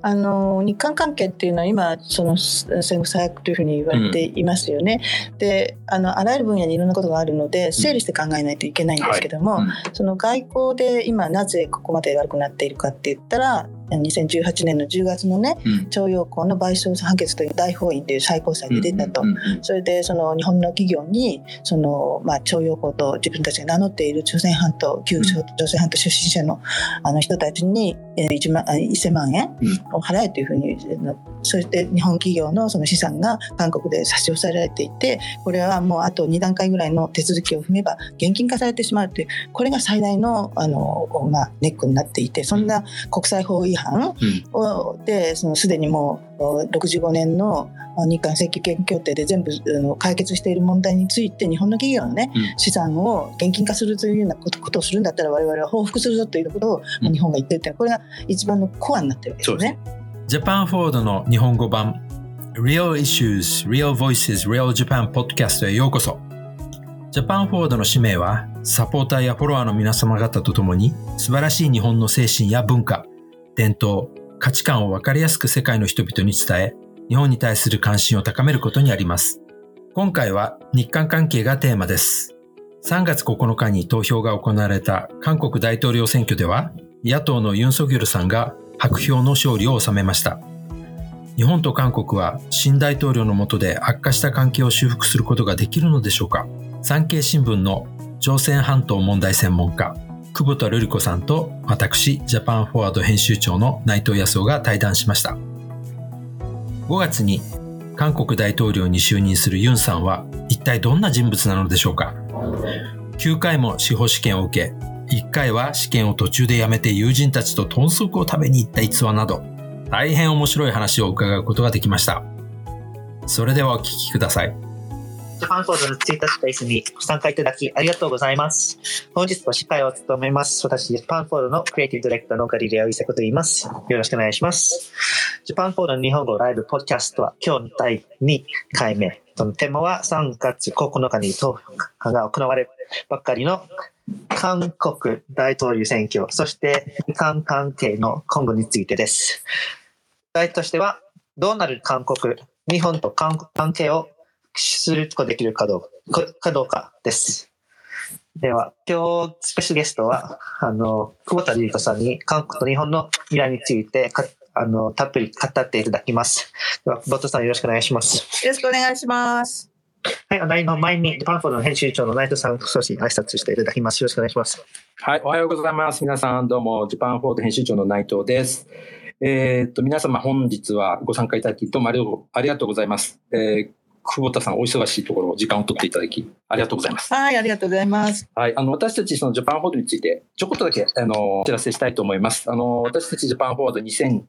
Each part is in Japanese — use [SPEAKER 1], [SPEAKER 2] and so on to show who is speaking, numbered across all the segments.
[SPEAKER 1] 日韓関係っていうのは今その戦後最悪というふうに言われていますよね。であらゆる分野にいろんなことがあるので整理して考えないといけないんですけども、その外交で今なぜここまで悪くなっているかって言ったら、2018年の10月のね、徴用工の賠償判決という大法院という最高裁で出たと、それでその日本の企業にその、徴用工と自分たちが名乗っている旧朝鮮半島出身者の人たちに1000万円を払えというふうに、そして日本企業のその資産が韓国で差し押さえられていて、これはもうあと2段階ぐらいの手続きを踏めば現金化されてしまうという、これが最大のネックになっていて、そんな国際法違反ですでにもう65年の日韓請求権協定で全部解決している問題について、日本の企業のね、資産を現金化するというようなことをするんだったら我々は報復するぞということを日本が言っているというのは、これが一番のコアになっているわけですね。
[SPEAKER 2] ジャパンフォードの日本語版 Real Issues, Real Voices, Real Japan Podcast へようこそ。ジャパンフォードの使命は、サポーターやフォロワーの皆様方と共に素晴らしい日本の精神や文化、伝統、価値観を分かりやすく世界の人々に伝え、日本に対する関心を高めることにあります。今回は日韓関係がテーマです。3月9日に投票が行われた韓国大統領選挙では、野党のユン・ソギョルさんが白票の勝利を収めました。日本と韓国は新大統領の下で悪化した関係を修復することができるのでしょうか。産経新聞の朝鮮半島問題専門家、久保田瑠璃子さんと私、ジャパンフォワード編集長の内藤康夫が対談しました。5月に韓国大統領に就任するユンさんは一体どんな人物なのでしょうか。9回も司法試験を受け、1回は試験を途中でやめて友人たちと豚足を食べに行った逸話など、大変面白い話を伺うことができました。それではお聞きください。
[SPEAKER 3] ジャパンフォードのツイッタースペースにご参加いただきありがとうございます。本日の司会を務めます。私、ジャパンフォードのクリエイティブディレクターのガリレオ・イセコと言います。よろしくお願いします。ジャパンフォードの日本語ライブポッドキャストは今日の第2回目。そのテーマは3月9日に投票が行われるばっかりの韓国大統領選挙、そして日韓関係の今後についてです。題としては、どうなる韓国、日本と韓国関係をすることができるかどうかです。では、今日スペシャルゲストは久保田瑠璃子さんに韓国と日本の未来についてたっぷり語っていただきます。では、久保田さんよろしくお願いします。
[SPEAKER 1] よろしくお願いします。
[SPEAKER 3] はい、前にジャパンフォードの編集長の内藤さん少し挨拶していただきます。よろしくお願いします。
[SPEAKER 4] はい、おはようございます。皆さんどうも、ジャパンフォード編集長の内藤です。皆様本日はご参加いただきどうもありがとうございます。久保田さんお忙しいところ時間を取っていただきありがとうございます。
[SPEAKER 1] はい、ありがとうございます。
[SPEAKER 4] はい、私たちそのジャパンフォードについてちょこっとだけお知らせしたいと思います。私たちジャパンフォード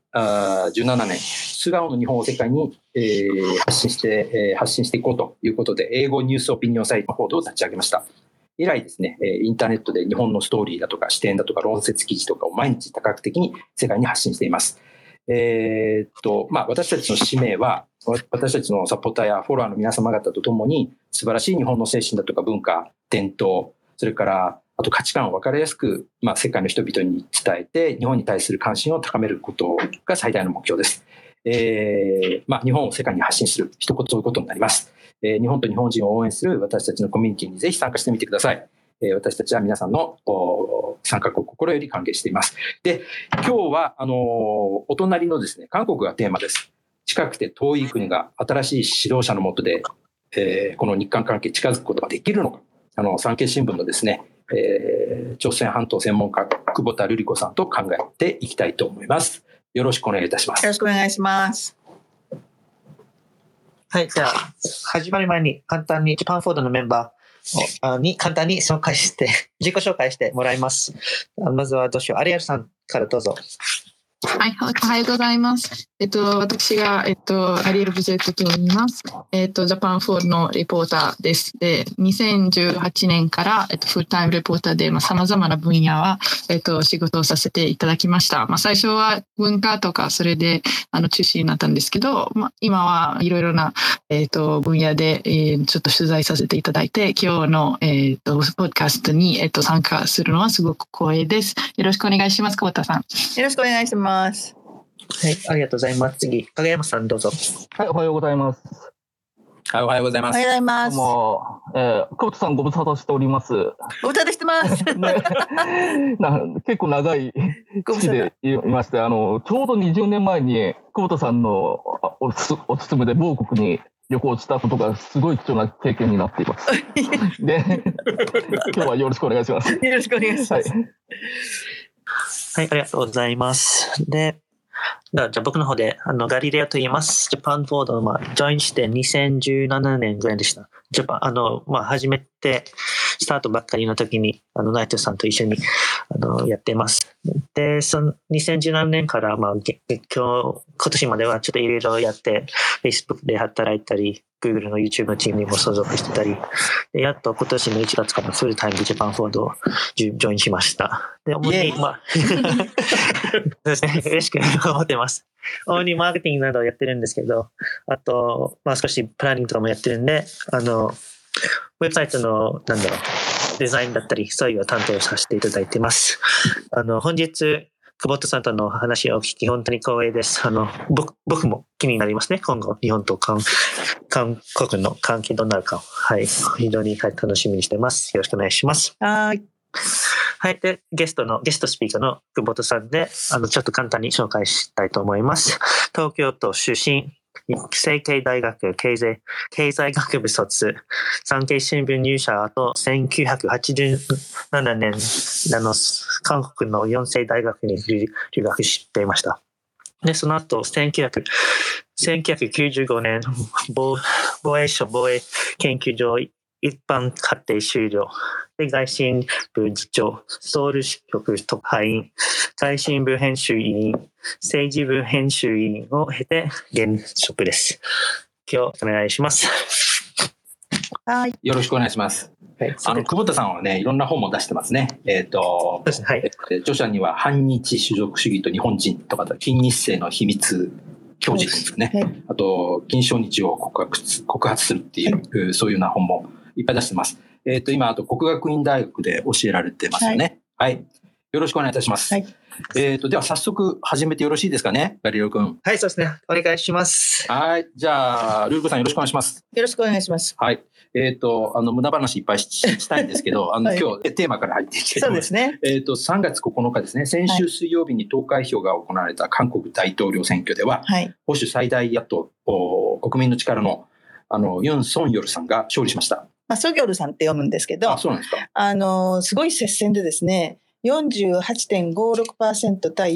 [SPEAKER 4] 2017年素顔の日本を世界に、発信していこうということで、英語ニュースオピニオンサイトフォードを立ち上げました。以来ですね、インターネットで日本のストーリーだとか視点だとか論説記事とかを毎日多角的に世界に発信しています。私たちの使命は、私たちのサポーターやフォロワーの皆様方と共に素晴らしい日本の精神だとか文化、伝統、それからあと価値観を分かりやすく、世界の人々に伝えて日本に対する関心を高めることが最大の目標です。日本を世界に発信する一言そういうことになります。日本と日本人を応援する私たちのコミュニティにぜひ参加してみてください。私たちは皆さんの参画を心より歓迎しています。で、今日はお隣のですね、韓国がテーマです。近くて遠い国が新しい指導者の下で、この日韓関係近づくことができるのか、産経新聞のですね、朝鮮半島専門家久保田瑠璃子さんと考えていきたいと思います。よろしくお願いいたします。
[SPEAKER 1] よろしくお願いします。
[SPEAKER 3] はい、じゃあ始まる前に簡単にジャパンフォードのメンバーに簡単に自己紹介してもらいます。まずはアリエルさんからどうぞ。
[SPEAKER 5] はい、おはようございます。私が、アリエル・ブジェットと言います。ジャパンフォードのリポーターです。で、2018年から、フルタイムリポーターで、様々な分野は、仕事をさせていただきました。最初は文化とか、それで、中心になったんですけど、今はいろいろな、分野で、ちょっと取材させていただいて、今日の、ポッドキャストに、参加するのはすごく光栄です。よろしくお願いします、久保田さん。
[SPEAKER 1] よろしくお願いします。
[SPEAKER 3] はい、ありがとうございます。次、影山さんどうぞ。
[SPEAKER 6] はい、おはようございます。
[SPEAKER 4] はい、おはようございます。
[SPEAKER 1] おはようございます。
[SPEAKER 6] 久保田さんご無沙汰しております。
[SPEAKER 1] ご無沙汰してます。
[SPEAKER 6] 結構長い月でいまして、ちょうど20年前に久保田さんのお勤めで某国に旅行したことがすごい貴重な経験になっています。で、今日はよろしくお願いします。
[SPEAKER 1] よろしくお願いします。
[SPEAKER 3] はい、ありがとうございます。で、じゃあ僕の方でガリレオと言います。ジャパンフォードのジョインして2017年ぐらいでした。初めてスタートばっかりの時にナイトさんと一緒にやってます。で、その2017年から今年まではちょっといろいろやって Facebook で働いたり、Google の YouTube のチームにも所属してたり、でやっと今年の1月からフルタイムでジャパンフォードをジョインしました。で、主にそうですね、嬉しく思ってます。主にマーケティングなどをやってるんですけど、あと、少しプランニングとかもやってるんで、ウェブサイトの、デザインだったり、そういうのを担当させていただいてます。本日、久保田さんとの話を聞き、本当に光栄です。僕も気になりますね。今後、日本と韓国の関係どうなるか。はい。非常に楽しみにしてます。よろしくお願いします。
[SPEAKER 1] はい。
[SPEAKER 3] はい。で、ゲストスピーカーの久保田さんで、ちょっと簡単に紹介したいと思います。東京都出身、成蹊大学経済学部卒、産経新聞入社後、1987年、韓国の四世大学に留学していました。で、その後、1995年、防衛省防衛研究所一般課程修了。で、外信部次長、ソウル支局特派員、外信部編集委員、政治部編集委員を経て現職です。今日お願いします。
[SPEAKER 1] はい。
[SPEAKER 4] よろしくお願いします。はい、久保田さんはね、いろんな本も出してますね。
[SPEAKER 3] そうですね、はい。
[SPEAKER 4] 著者には反日種族主義と日本人とか、近日清の秘密教授ですね。はい、あと、金正日を告発するっていう、はい、そういうような本もいっぱい出してます。今、あと国学院大学で教えられてますよね。はい。はい、よろしくお願いいたします。はい、では早速始めてよろしいですかね、ガリレオ君。
[SPEAKER 3] はい、そうですね。お願いします。
[SPEAKER 4] はい。じゃあ、ルールさんよろしくお願いします。
[SPEAKER 1] よろしくお願いします。
[SPEAKER 4] はい。無駄話いっぱいしたいんですけど、はい、今日テーマから入っていきたいと思います。
[SPEAKER 1] そうですね。
[SPEAKER 4] 3月9日ですね、先週水曜日に投開票が行われた韓国大統領選挙では、はい、保守最大野党、国民の力のユン・ソンヨルさんが勝利しました。
[SPEAKER 1] ソギョルさんって読むんですけど、
[SPEAKER 4] そうなんですか。
[SPEAKER 1] すごい接戦でですね、48.56% 対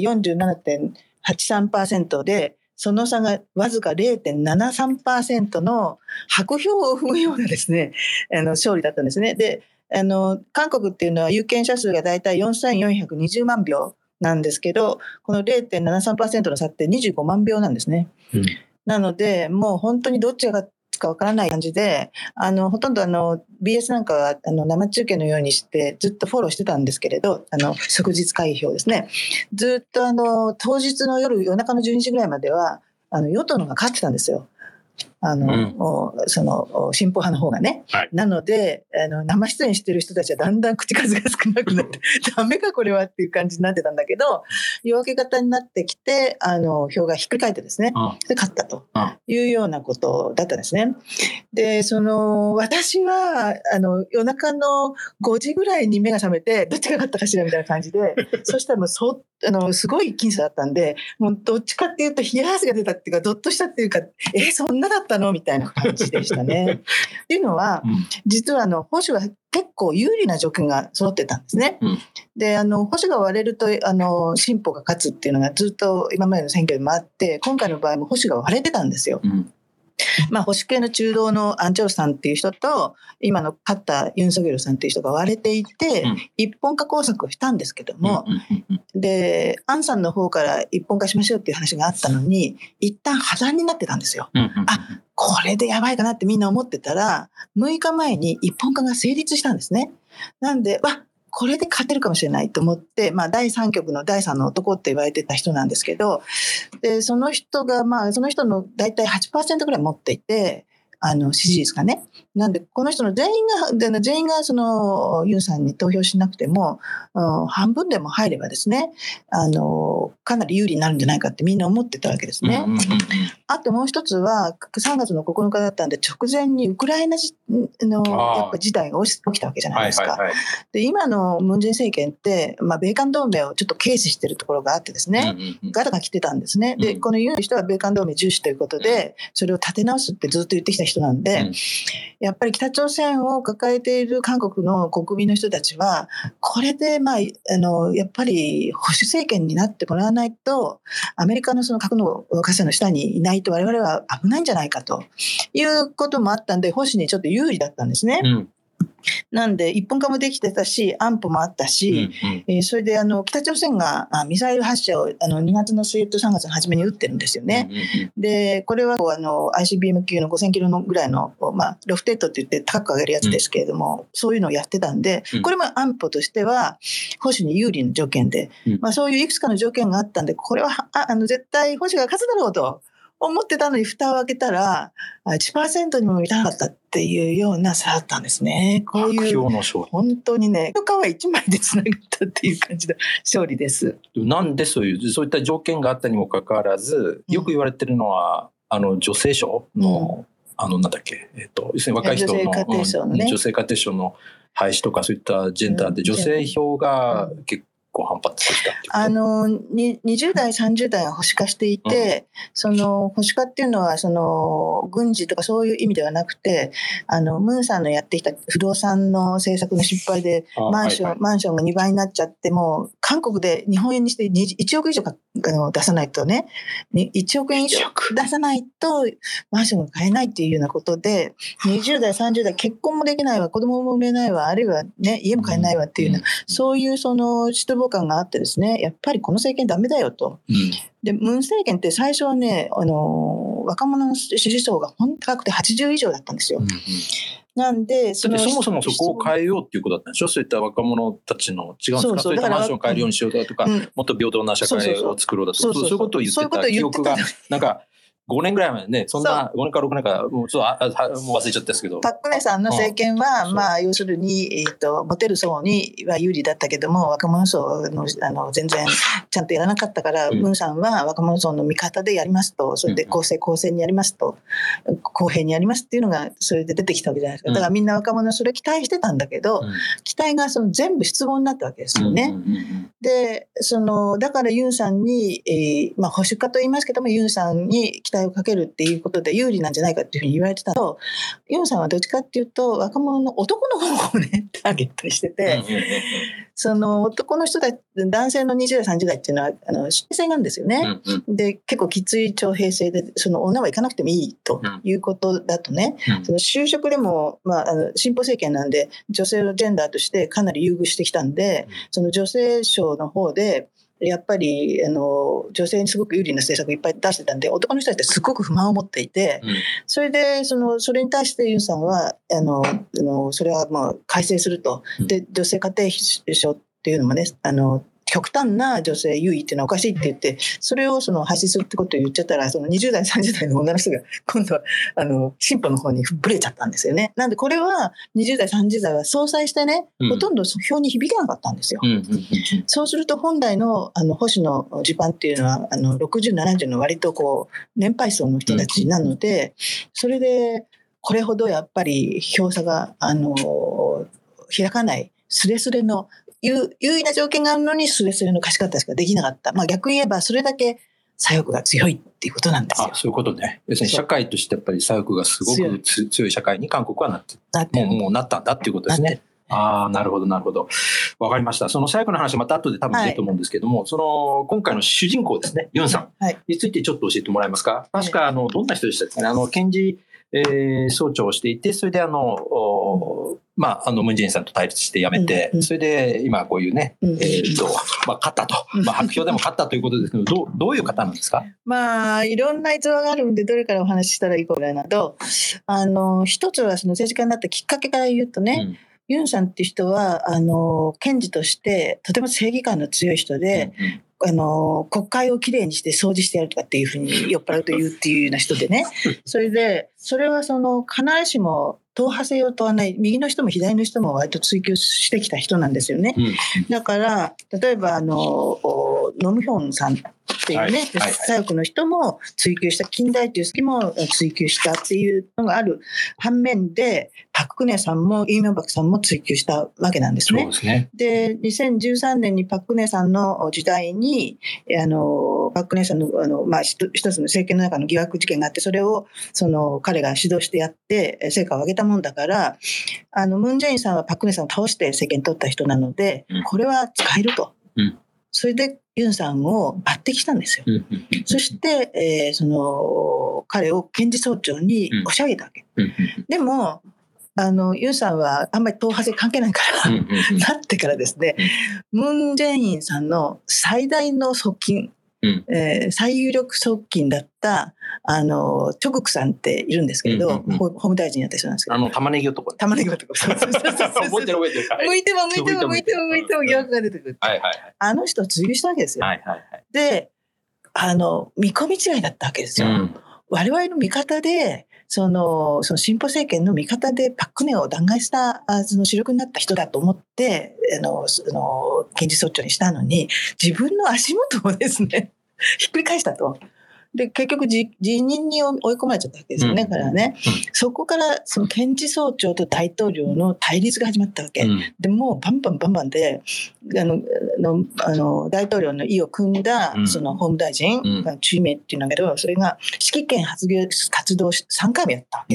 [SPEAKER 1] 47.83% で、その差がわずか 0.73% の白票を踏むようなですね、勝利だったんですね。で、韓国っていうのは有権者数がだいたい4420万票なんですけど、この 0.73% の差って25万票なんですね。うん、なので、もう本当にどっちがかわからない感じで、ほとんどBS なんかは生中継のようにしてずっとフォローしてたんですけれど、即日開票ですね。ずっと当日の夜中の12時ぐらいまでは与党の方が勝ってたんですよ。その進歩派の方がね、はい、なので生出演してる人たちはだんだん口数が少なくなってダメかこれはっていう感じになってたんだけど、夜明け方になってきて票がひっくり返ってですね、で勝ったというようなことだったんですね。で私は夜中の5時ぐらいに目が覚めてどっちが勝ったかしらみたいな感じでそしたらもうすごい僅差だったんで、もうどっちかっていうと冷や汗が出たっていうか、どっとしたっていうか、そんなだったのみたいな感じでしたね。っていうのは、実は保守は結構有利な条件が揃ってたんですね。で、保守が割れると進歩が勝つっていうのがずっと今までの選挙でもあって、今回の場合も保守が割れてたんですよ。保守系の中道のアン・チョルスさんっていう人と今の勝ったユン・ソギョルさんっていう人が割れていて、一本化工作をしたんですけども、でアンさんの方から一本化しましょうっていう話があったのに一旦破談になってたんですよ。これでやばいかなってみんな思ってたら6日前に一本化が成立したんですね。なんでこれで勝てるかもしれないと思って、第3局の第3の男って言われてた人なんですけど、でその人がその人の大体 8% ぐらい持っていて、 支持率がね。なんで、この人の全員がそのユンさんに投票しなくても、半分でも入ればですね、かなり有利になるんじゃないかってみんな思ってたわけですね。あともう一つは、3月の9日だったんで、直前にウクライナやっぱ事態が起きたわけじゃないですか。で、今のムン・ジェイン政権って、米韓同盟をちょっと軽視してるところがあってですね、ガタが来てたんですね。で、このユンの人は米韓同盟重視ということで、それを立て直すってずっと言ってきた人なんで、やっぱり北朝鮮を抱えている韓国の国民の人たちは、これで、やっぱり保守政権になってもらわないと、アメリカのその核の傘の下にいないと我々は危ないんじゃないかということもあったんで、保守にちょっと有利だったんですね。なんで一本化もできてたし、安保もあったし、それで北朝鮮がミサイル発射を2月の末と3月の初めに撃ってるんですよね。で、これはICBM 級の5000キロのぐらいの、ロフテッドって言って高く上げるやつですけれども、そういうのをやってたんで、これも安保としては保守に有利な条件で、そういういくつかの条件があったんで、これは絶対保守が勝つだろうと思ってたのに、蓋を開けたら 1% にも満たなかったっていうような差だったんですね。こういう本当にね、皮1枚でつながったっていう感じの勝利です。
[SPEAKER 4] なんでそういった条件があったにもかかわらず、よく言われてるのは女性賞の、なんだっけ、要するに若い人の女性家庭賞の廃止とか、そういったジェンダーで女性票が結構反発したっていう
[SPEAKER 1] 20代30代が保守化していて、その保守化っていうのはその軍事とかそういう意味ではなくて、ムンさんのやってきた不動産の政策の失敗でマンションが2倍になっちゃって、もう韓国で日本円にして1億以上出さないとね、1億円以上出さないとマンションが買えないっていうようなことで、20代30代結婚もできないわ、子供も産めないわ、あるいはね、家も買えないわっていうような、そういうその失望感があってですね、やっぱりこの政権ダメだよと。で、ムン政権って最初はね、若者の支持層が本当高くて80以上だったんですよ。なんで
[SPEAKER 4] そもそもそこを変えようっていうことだったんでしょ。そういった若者たちの違うんですか。そういったマンションを変えるようにしようとか、もっと平等な社会を作ろうだとか、そういうことを言ってた記憶がなんか5年ぐらい前ね、そんな5年か6年かもうちょっともう忘れちゃったんですけど、
[SPEAKER 1] パク・クネさんの政権は、要するに、モテる層には有利だったけども、若者層の全然ちゃんとやらなかったから、ムンさんは若者層の味方でやりますと、それで公正にやりますと、公平にやりますっていうのがそれで出てきたわけじゃないですか。だからみんな若者はそれを期待してたんだけど、期待が全部失望になったわけですよね。で、だからユンさんに、保守化と言いますけども、ユンさんに期待をかけるっていうことで有利なんじゃないかっていうふうに言われてたと、ユンさんはどっちかっていうと若者の男の方をねターゲットにしてて、その男の人たち、男性の20代30代っていうのは指定制なんですよね。で、結構きつい徴兵制で、その女は行かなくてもいいということだとね、その就職でも、進歩政権なんで女性のジェンダーとしてかなり優遇してきたんで、その女性省の方でやっぱり女性にすごく有利な政策をいっぱい出してたんで、男の人たちってすごく不満を持っていて、それでそれに対してユンさんはそれは改正すると。で、女性家庭省っていうのもね、極端な女性優位っていうのはおかしいって言って、それを廃止するってことを言っちゃったら、その20代30代の女の人が今度は進歩の方にブレちゃったんですよね。なんでこれは20代30代は相殺してね、ほとんど票に響かなかったんですよ。そうすると本来の保守の地盤っていうのは60、70の割と年配層の人たちなので、それでこれほどやっぱり票差が開かない、スレスレの優位な条件があるのにスレスレの貸し方しかできなかった。逆に言えばそれだけ左翼が強いっていうことなんですよ。
[SPEAKER 4] そういうことね。要するに社会としてやっぱり左翼がすごく強い社会に韓国はなってもうなったんだっていうことですね。なるほどなるほど。わかりました。その左翼の話はまた後で多分出ると思うんですけども、今回の主人公ですね、ユンさんについてちょっと教えてもらえますか。確かどんな人でしたですね。検事総長をしていて、それでムン・ジェインさんと対立して辞めて、それで今こういうね、勝ったと、白票でも勝ったということですけど、どういう方なんですか。
[SPEAKER 1] いろんな逸話があるんで、どれからお話ししたらいいかぐらいなと、一つはその政治家になったきっかけから言うとね、 ユンさんっていう人は検事としてとても正義感の強い人で、国会をきれいにして掃除してやるとかっていうふうに酔っ払うと言うっていうような人でね。それで、それは必ずしも党派性を問わない、右の人も左の人も割と追求してきた人なんですよね。だから、例えばノムヒョンさんっていうね、左翼の人も追求した、近代という好きも追求したっていうのがある反面で、パククネさんもイ・ミョンバクさんも追求したわけなんですね。
[SPEAKER 4] そうですね。
[SPEAKER 1] で、2013年にパククネさんの時代に、パククネさんの、一つの政権の中の疑惑事件があって、それを彼が指導してやって成果を上げたもんだから、ムン・ジェインさんはパククネさんを倒して政権取った人なので、これは使えると。それでユンさんを抜擢したんですよ。そして、彼を検事総長に押し上げたわけ。でも、ユンさんはあんまり党派性関係ないからなってからですね、ムン・ジェインさんの最大の側近、最有力側近だったチョククさんっているんですけれど、法務大臣やった人なんですけど、
[SPEAKER 4] 玉ねぎ男。
[SPEAKER 1] 玉ねぎ男。覚えてる。向いても疑惑が出てくる。あの人を追及したわけですよ。で、見込み違いだったわけですよ。我々の味方で、その進歩政権の味方でパククネを弾劾した主力になった人だと思って検事総長にしたのに、自分の足元をですねひっくり返したと。で結局辞任に追い込まれちゃったわけですよね、彼はね。そこからその検事総長と大統領の対立が始まったわけ。でもうバンバンで大統領の意を組んだその法務大臣、チュイメイっていうんだけど、それが指揮権発動3回もやったわけ。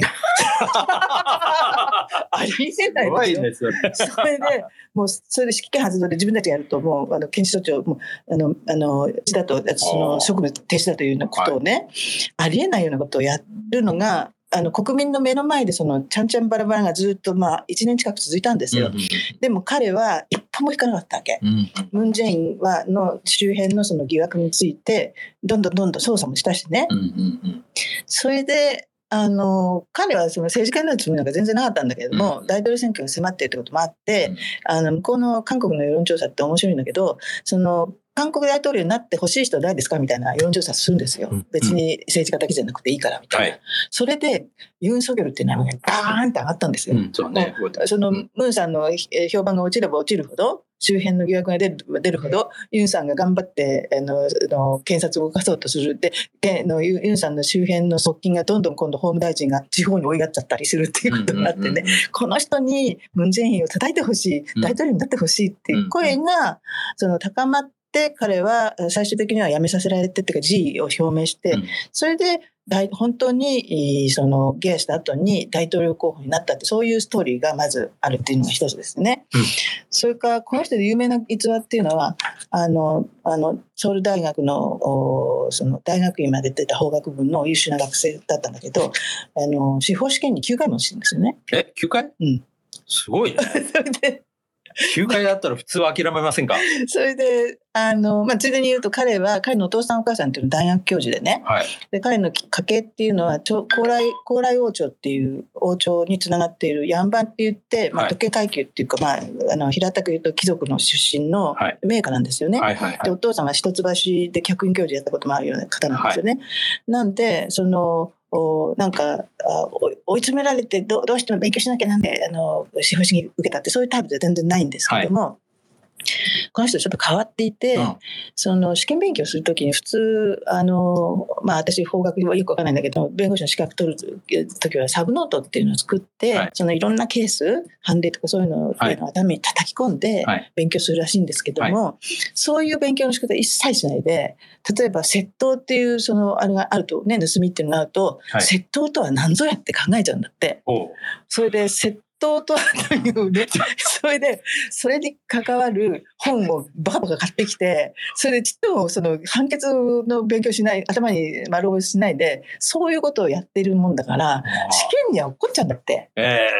[SPEAKER 1] ありえないですよ。それで指揮権発動で自分たちがやると、もう検事総長もだとその職務停止だというようなことをね、ありえないようなことをやるのが国民の目の前でちゃんちゃんバラバラがずっと1年近く続いたんですよ。でも彼は一歩も引かなかったわけ。ムン・ジェインの周辺のその疑惑についてどんどん捜査もしたしね。それで彼はその政治家になるつもりなんか全然なかったんだけれども、大統領選挙が迫っているということもあって、向こうの韓国の世論調査って面白いんだけど、韓国大統領になってほしい人は誰ですかみたいな世論調査するんですよ。別に政治家だけじゃなくていいからみたいな。それでユン・ソギョルっていう名前がバーンって上がったんですよ。ムンさんの評判が落ちれば落ちるほど、周辺の疑惑が出るほど、ユンさんが頑張って検察を動かそうとする。でユンさんの周辺の側近がどんどん今度法務大臣が地方に追いやっちゃったりするっていうことになってね、この人にムン・ジェインを叩いてほしい、大統領になってほしいっていう声が高まって、彼は最終的には辞めさせられてっていうか辞意を表明して、それで本当にゲイした後に大統領候補になったって、そういうストーリーがまずあるっていうのが一つですね。それからこの人で有名な逸話っていうのはソウル大学のその大学院まで出た法学部の優秀な学生だったんだけど、司法試験に9回も落ちてるんですよね。
[SPEAKER 4] 9回？すごいね。それで9回だったら普通は諦めませんか？
[SPEAKER 1] それでついでに言うと、彼のお父さんお母さんっていうのは大学教授でね、で彼の家系っていうのは高麗王朝っていう王朝につながっているヤンバンって言って、特権階級っていうか、平たく言うと貴族の出身の名家なんですよね。でお父さんは一橋で客員教授やったこともあるような方なんですよね。なんでなんか追い詰められてどうしても勉強しなきゃなんで司法試験受けたって、そういうタイプでは全然ないんですけども、この人ちょっと変わっていて、試験勉強するときに普通私法学はよくわかんないんだけど、弁護士の資格取るときはサブノートっていうのを作って、いろんなケース判例とかそういうのを頭に叩き込んで勉強するらしいんですけども、そういう勉強の仕方一切しないで、例えば窃盗っていうあれがあるとね、盗みっていうのがあると、窃盗とは何ぞやって考えちゃうんだって。それで窃盗とはというね、それに関わる本をバカバカ買ってきて、それでちっとも判決の勉強しない、頭に丸覚えしないで、そういうことをやってるもんだから、試験には落っこっちゃうんだって。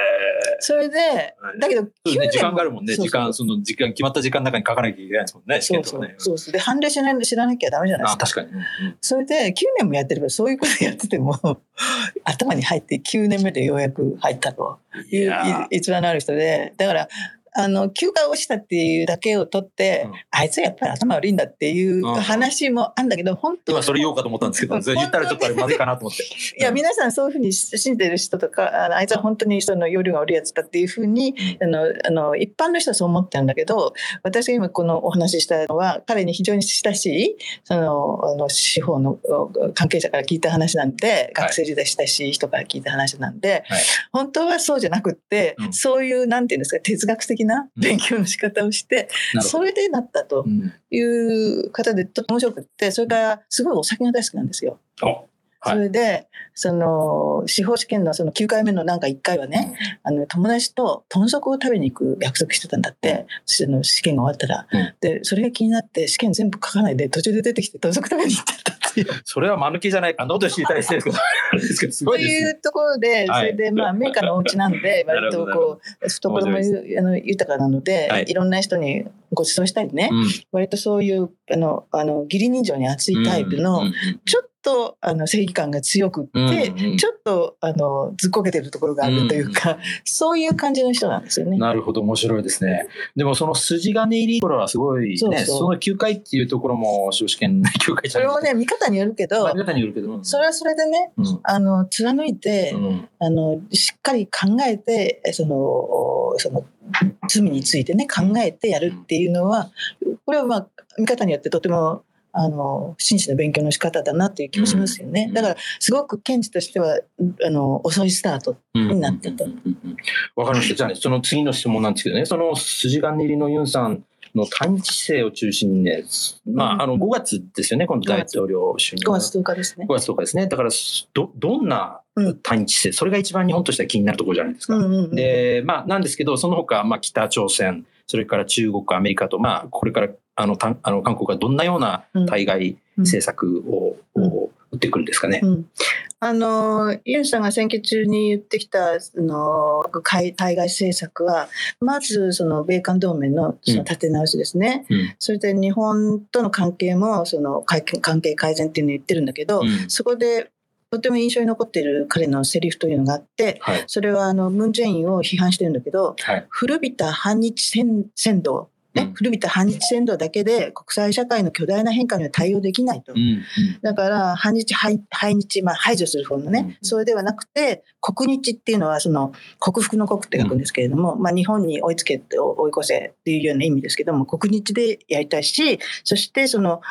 [SPEAKER 1] それで、だけど、
[SPEAKER 2] そうね、時間があるもんね。時間、決まった時間の中に書かなきゃいけないですもんね。
[SPEAKER 1] そう。で、判例知らなきゃダメじゃないですか。
[SPEAKER 2] 確かに。
[SPEAKER 1] それで、9年もやってれば、そういうことやってても、頭に入って9年目でようやく入ったという逸話のある人で、だから、休暇を落ちたっていうだけを取って、あいつはやっぱり頭悪いんだっていう話もあるんだけど、本当は。
[SPEAKER 2] 今それ言おうかと思ったんですけど、言ったらちょっとあれまずいかなと思って。
[SPEAKER 1] いや、皆さんそういうふうに信じてる人とか、あいつは本当にその容量が悪いやつだっていうふうに、一般の人はそう思ってるんだけど、私が今このお話ししたのは、彼に非常に親しい、司法の関係者から聞いた話なんで、学生時代親しい人から聞いた話なんで、本当はそうじゃなくって、そういう、なんていうんですか、哲学的な勉強の仕方をして、それでなったという方でとっても面白くって、それからすごいお酒が大好きなんですよ。それで、司法試験のその9回目のなんか1回はね、友達と豚足を食べに行く約束してたんだって、試験が終わったら。で、それが気になって試験全部書かないで途中で出てきて豚足食べに行っちゃったっていう。
[SPEAKER 2] それは間抜けじゃないか。喉知りたいしてるんですけど、すごいですね。
[SPEAKER 1] というところで、それでまあ、名家のお家なんで、割とこう、懐も豊かなので、いろんな人にご馳走したりね、割とそういう、義理人情に熱いタイプの、ちょっと正義感が強くって、ちょっとずっこけてるところがあるというか、そういう感じの人なんですよね。
[SPEAKER 2] なるほど、面白いですね。でもその筋金入りところはすごいね、その9回っていうところも司法試験の9回じゃないですか。
[SPEAKER 1] それもね、見方によるけど、それはそれでね、貫いて、しっかり考えて、その罪についてね、考えてやるっていうのは、これはまあ、見方によってとても真摯な勉強の仕方だなっていう気もしますよね。だからすごく検事としては遅いスタートになったと。
[SPEAKER 2] わかりました。じゃあね、その次の質問なんですけどね、その筋金入りのユンさんの対日姿勢を中心にね、まあ5月ですよね、今度大統領就任。
[SPEAKER 1] 5月10日ですね。
[SPEAKER 2] 5月10日ですね。だからどんな対日姿勢、それが一番日本としては気になるところじゃないですか。で、まあなんですけど、その他まあ北朝鮮、それから中国、アメリカと、まあこれから韓国がどんなような対外政策を打ってくるんですかね。
[SPEAKER 1] ユンさんが選挙中に言ってきた対外政策は、まずその米韓同盟の立て直しですね。それで日本との関係も関係改善っていうのを言ってるんだけど、そこでとても印象に残っている彼のセリフというのがあって、それはムン・ジェインを批判してるんだけど、古びた反日扇動、古びた反日扇動だけで国際社会の巨大な変化には対応できないと。だから反日、排日、排除する方のね、それではなくて、国日っていうのはその克服の国って書くんですけれども、日本に追い越せっていうような意味ですけども、国日でやりたいし、そしてその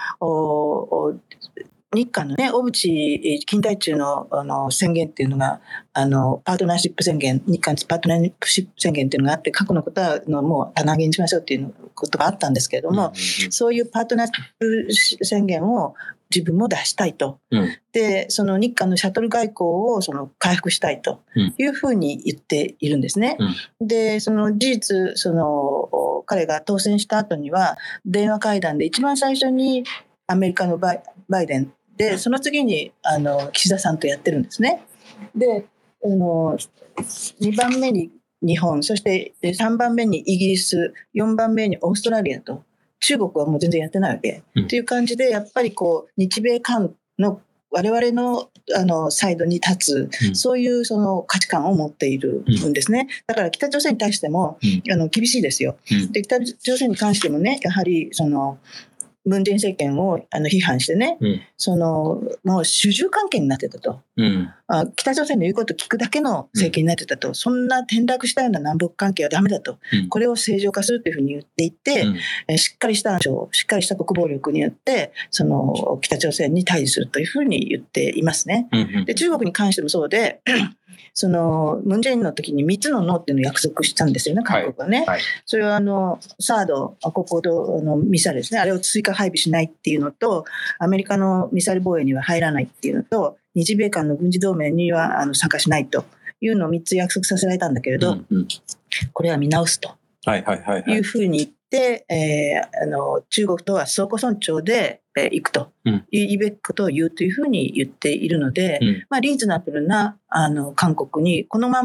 [SPEAKER 1] 日韓のね、小渕金大中の宣言っていうのが、パートナーシップ宣言、日韓パートナーシップ宣言っていうのがあって、過去のことはもう棚上げにしましょうっていうことがあったんですけれども、そういうパートナーシップ宣言を自分も出したいと。で、その日韓のシャトル外交を回復したいというふうに言っているんですね。で、その事実、彼が当選した後には、電話会談で一番最初にアメリカのバイデン、で、その次に岸田さんとやってるんですね。で、2番目に日本、そして3番目にイギリス、4番目にオーストラリアと、中国はもう全然やってないわけ。っていう感じで、やっぱり日米韓の我々のサイドに立つ、そういう価値観を持っているんですね。だから北朝鮮に対しても厳しいですよ。で、北朝鮮に関してもね、やはりムン・ジェイン政権を批判してね、もう主従関係になってたと、北朝鮮の言うことを聞くだけの政権になってたと、そんな転落したような南北関係はダメだと、これを正常化するというふうに言っていて、しっかりした国防力によって北朝鮮に対峙するというふうに言っていますね。で、中国に関してもそうでムン・ジェインの時に3つのノーっていうのを約束したんですよね、韓国はね。それはサード高高度のミサイルですね、あれを追加配備しないっていうのと、アメリカのミサイル防衛には入らないっていうのと、日米間の軍事同盟には参加しないというのを3つ約束させられたんだけれど、これは見直すというふうに言って、中国とは相互尊重で行くというべきことを言うというふうに言っているので、リーズナブルな韓国にこのまま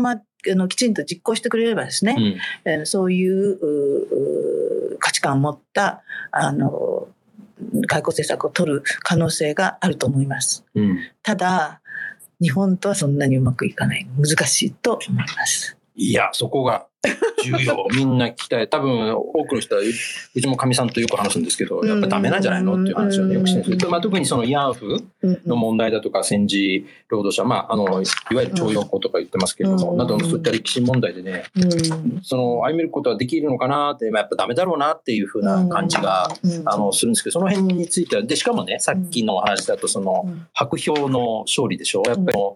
[SPEAKER 1] きちんと実行してくれればですね、そういう価値観を持った外交政策を取る可能性があると思います。ただ日本とはそんなにうまくいかない、難しいと思います。
[SPEAKER 4] いや、そこが重要。みんな聞きたい。多分多くの人はうちもかみさんとよく話すんですけど、やっぱりダメなんじゃないのっていう話をねよくしてるんですけど、特にその慰安婦の問題だとか戦時労働者、いわゆる徴用工とか言ってますけれども、などのそういった歴史問題でね、歩めることはできるのかなって、やっぱダメだろうなっていうふうな感じがするんですけど、その辺についてはでしかもね、さっきの話だとその白票の勝利でしょ。やっぱり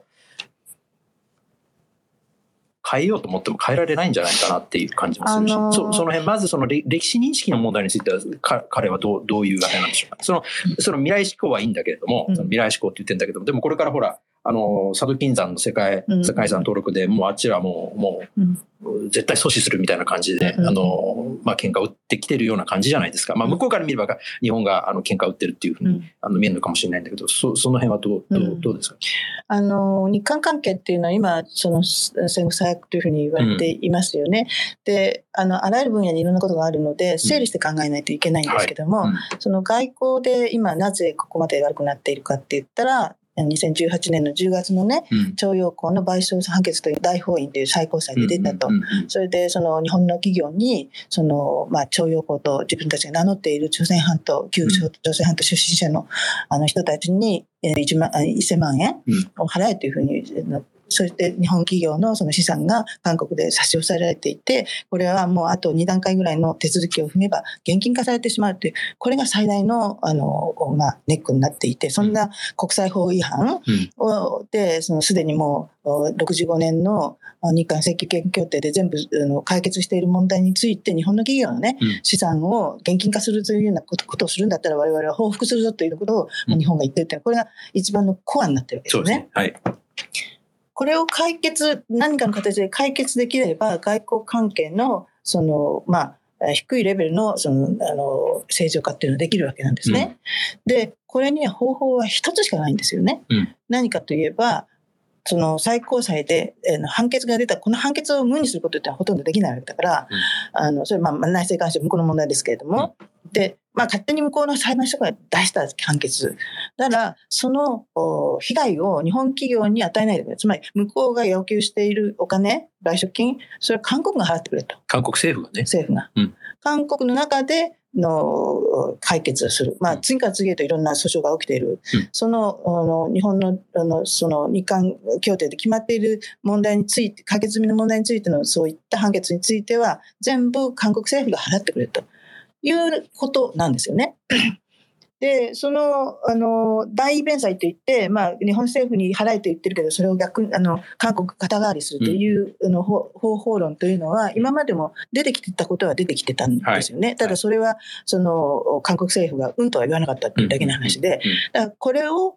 [SPEAKER 4] 変えようと思っても変えられないんじゃないかなっていう感じもするし、その辺まずその歴史認識の問題については彼はどういうあれなんでしょうか。その未来志向はいいんだけれども、その未来志向って言ってるんだけども、でもこれからほら佐渡金山の世界遺産登録でもうあっちはもう絶対阻止するみたいな感じで喧嘩を打ってきてるような感じじゃないですか。向こうから見れば日本が喧嘩を打ってるっていうふうに見えるのかもしれないんだけど、その辺はどうですか。
[SPEAKER 1] 日韓関係っていうのは今その戦後最悪というふうに言われていますよね。であらゆる分野にいろんなことがあるので整理して考えないといけないんですけども、その外交で今なぜここまで悪くなっているかって言ったら、2018年の10月のね、徴用工の賠償判決という大法院という最高裁で出たと。それでその日本の企業にその徴用工と自分たちが名乗っている旧朝鮮半島出身者の人たちに1000万円を払えというふうに、そして日本企業のその資産が韓国で差し押さえられていて、これはもうあと2段階ぐらいの手続きを踏めば現金化されてしまうという、これが最大のネックになっていて、そんな国際法違反で、すでにもう65年の日韓請求権協定で全部解決している問題について、日本の企業のね、資産を現金化するというようなことをするんだったら我々は報復するぞということを日本が言ってるという、これが一番のコアになってるわけですね。そうですね。はい。これを何かの形で解決できれば、外交関係の低いレベルの正常化っていうのができるわけなんですね。で、これには方法は一つしかないんですよね。何かといえば、その最高裁で判決が出た、この判決を無にすることってほとんどできないわけだから、それは内政干渉、向こうの問題ですけれども、で、勝手に向こうの裁判所が出した判決。だから、その被害を日本企業に与えないでくれ。つまり、向こうが要求しているお金、賠償金、それは韓国が払ってくれと。
[SPEAKER 4] 韓国政府がね。
[SPEAKER 1] 政府が。韓国の中での解決をする。次から次へといろんな訴訟が起きている。その日本のその日韓協定で決まっている問題について、解決済みの問題についてのそういった判決については、全部韓国政府が払ってくれるということなんですよね。で、その代位弁済といって、日本政府に払えと言ってるけど、それを逆に韓国肩代わりするという方法論というのは、今までも出てきてたことは出てきてたんですよね。ただそれはその韓国政府がうんとは言わなかったっていうだけの話で、だからこれを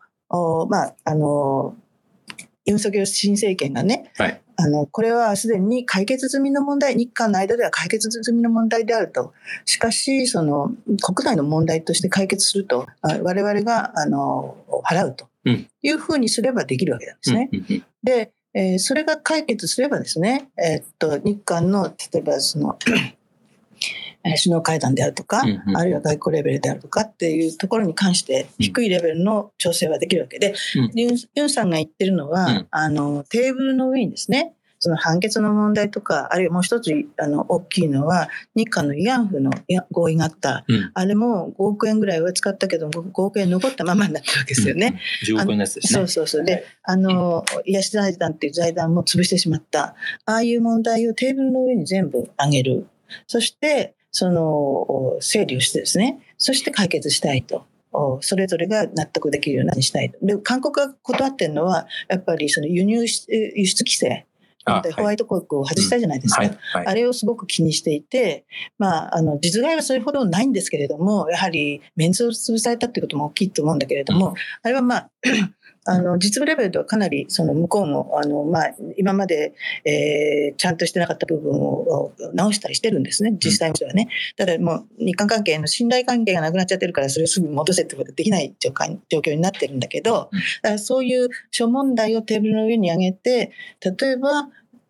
[SPEAKER 1] ユン・ソギョル新政権がね、これはすでに解決済みの問題、日韓の間では解決済みの問題であると。しかし、その国内の問題として解決すると、我々が払うというふうにすればできるわけなんですね。で、それが解決すればですね、日韓の例えばその首脳会談であるとか、あるいは外交レベルであるとかっていうところに関して低いレベルの調整はできるわけで、ユンさんが言ってるのは、テーブルの上にですね、その判決の問題とか、あるいはもう一つ大きいのは、日韓の慰安婦の合意があった。あれも5億円ぐらいは使ったけど、5億円残ったままになってるわけですよね。
[SPEAKER 4] 10億円のやつですね。
[SPEAKER 1] そう。で、癒し財団っていう財団も潰してしまった。ああいう問題をテーブルの上に全部上げる。そして、その整理をしてですね、そして解決したいと。それぞれが納得できるようにしたいと。で、韓国が断ってるのは、やっぱりその輸出規制。ホワイト国を外したじゃないですか。あれをすごく気にしていて、実害はそれほどないんですけれども、やはりメンツを潰されたっていうことも大きいと思うんだけれども、あれは実務レベルではかなりその向こうも今まで、ちゃんとしてなかった部分を直したりしてるんですね、実際はね。ただもう日韓関係の信頼関係がなくなっちゃってるから、それをすぐ戻せってことはできない状況になってるんだけど、だからそういう諸問題をテーブルの上に上げて、例えば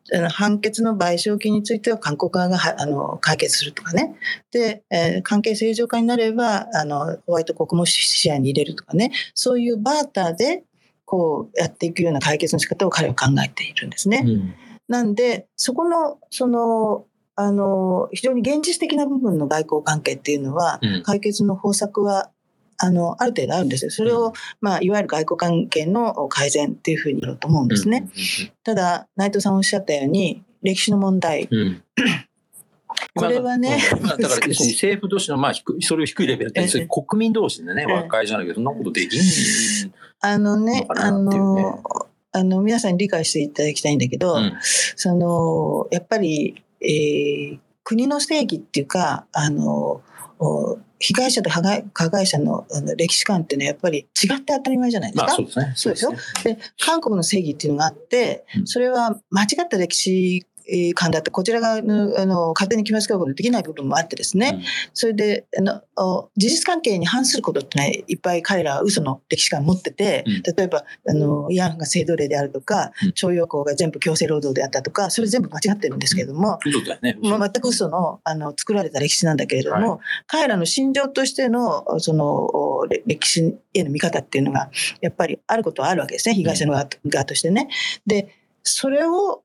[SPEAKER 1] 判決の賠償金については韓国側が解決するとかね。で、関係正常化になればホワイト国も視野に入れるとかね。そういうバーターでこうやっていくような解決の仕方を彼は考えているんですね。なんでそこの非常に現実的な部分の外交関係っていうのは、解決の方策はある程度あるんですよ。それを、いわゆる外交関係の改善っていうふうに言うと思うんですね。ただ内藤さんおっしゃったように歴史の問題、これはね、
[SPEAKER 4] だから要するに政府同士のそれを低いレベルで国民同士でね和解じゃないけどそんなことできんのかなっていうね。
[SPEAKER 1] 皆さんに理解していただきたいんだけど、やっぱり、国の正義っていうか被害者と加害者の歴史観っていうのはやっぱり違って当たり前じゃないですか。
[SPEAKER 4] そうですね。
[SPEAKER 1] そうでしょ。で、韓国の正義っていうのがあって、それは間違った歴史観だってこちらが勝手に決めつけることができない部分もあってですね、それで事実関係に反することってねいっぱい彼らは嘘の歴史観を持ってて、例えば慰安婦が性奴隷であるとか、徴用工が全部強制労働であったとか、それ全部間違ってるんですけれども、全く嘘の作られた歴史なんだけれども、彼らの信条としての歴史への見方っていうのがやっぱりあることはあるわけですね、被害者の側としてね。でそれを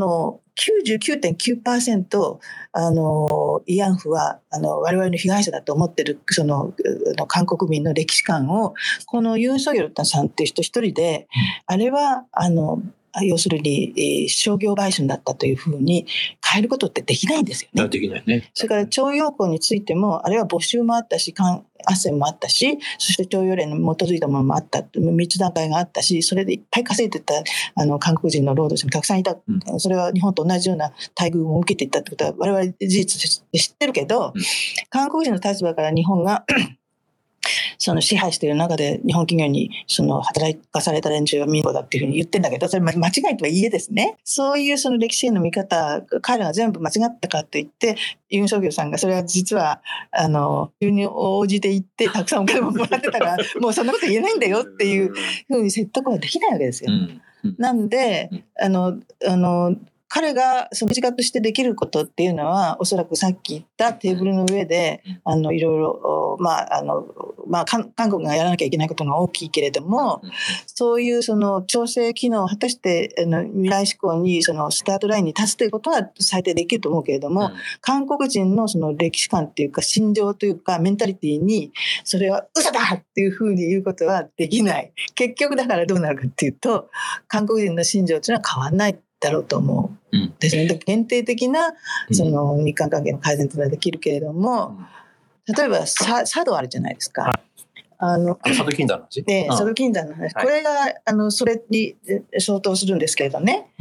[SPEAKER 1] 99.9% 慰安婦は我々の被害者だと思ってる韓国民の歴史観をこのユン・ソギョルさんっていう人一人で、あれは要するに商業売春だったというふうに変えることってできないんですよね。
[SPEAKER 4] できないね。
[SPEAKER 1] それから徴用工についてもあれは没収もあったし斡旋もあったし、そして徴用令に基づいたものもあった、3つ段階があったし、それでいっぱい稼いでた韓国人の労働者もたくさんいた。それは日本と同じような待遇を受けていったってことは我々事実で知ってるけど、韓国人の立場から日本が支配している中で日本企業に働かされた連中は民法だっていうふうに言ってんだけど、それ間違いとはいえですね、そういう歴史への見方、彼らが全部間違ったかといってユン・ソギョルさんがそれは実は急に応じていってたくさんお金ももらってたからもうそんなこと言えないんだよっていうふうに説得はできないわけですよ。なんで彼が自覚してできることっていうのはおそらくさっき言ったテーブルの上でいろいろ韓国がやらなきゃいけないことが大きいけれども、そういう調整機能を果たして未来志向にスタートラインに立つということは最低できると思うけれども、韓国人の歴史観っていうか心情というかメンタリティにそれは嘘だっていうふうに言うことはできない。結局だからどうなるかっていうと韓国人の心情というのは変わらないだろうと思う。ですね。限定的な日韓関係の改善というのはできるけれども、例えば佐渡あるじゃないですか。
[SPEAKER 4] 佐渡金山の話。
[SPEAKER 1] 佐渡金山の話。これがそれに相当するんですけれどね。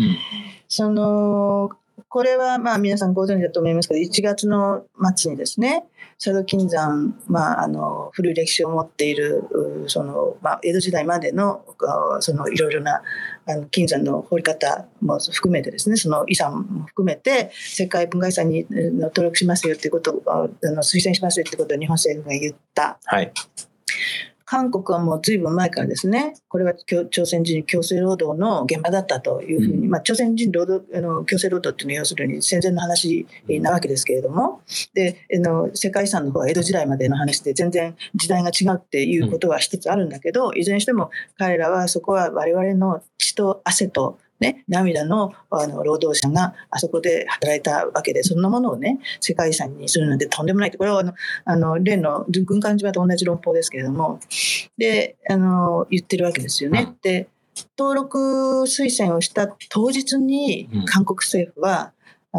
[SPEAKER 1] これは皆さんご存知だと思いますけど、1月の末にですね、佐渡金山、古い歴史を持っている江戸時代までのいろいろな金山の掘り方も含めてですね、その遺産も含めて世界文化遺産に登録しますよということを推薦しますよということを日本政府が言った。韓国はもう随分前からですね、これは朝鮮人強制労働の現場だったというふうに、朝鮮人強制労働っていうのは要するに戦前の話なわけですけれども、で世界遺産の方は江戸時代までの話で全然時代が違うっていうことは一つあるんだけど、いずれにしても彼らはそこは我々の血と汗と涙の労働者があそこで働いたわけで、そんなものをね世界遺産にするなんてとんでもないって、これは例の軍艦島と同じ論法ですけれども、で言ってるわけですよね。で登録推薦をした当日に韓国政府は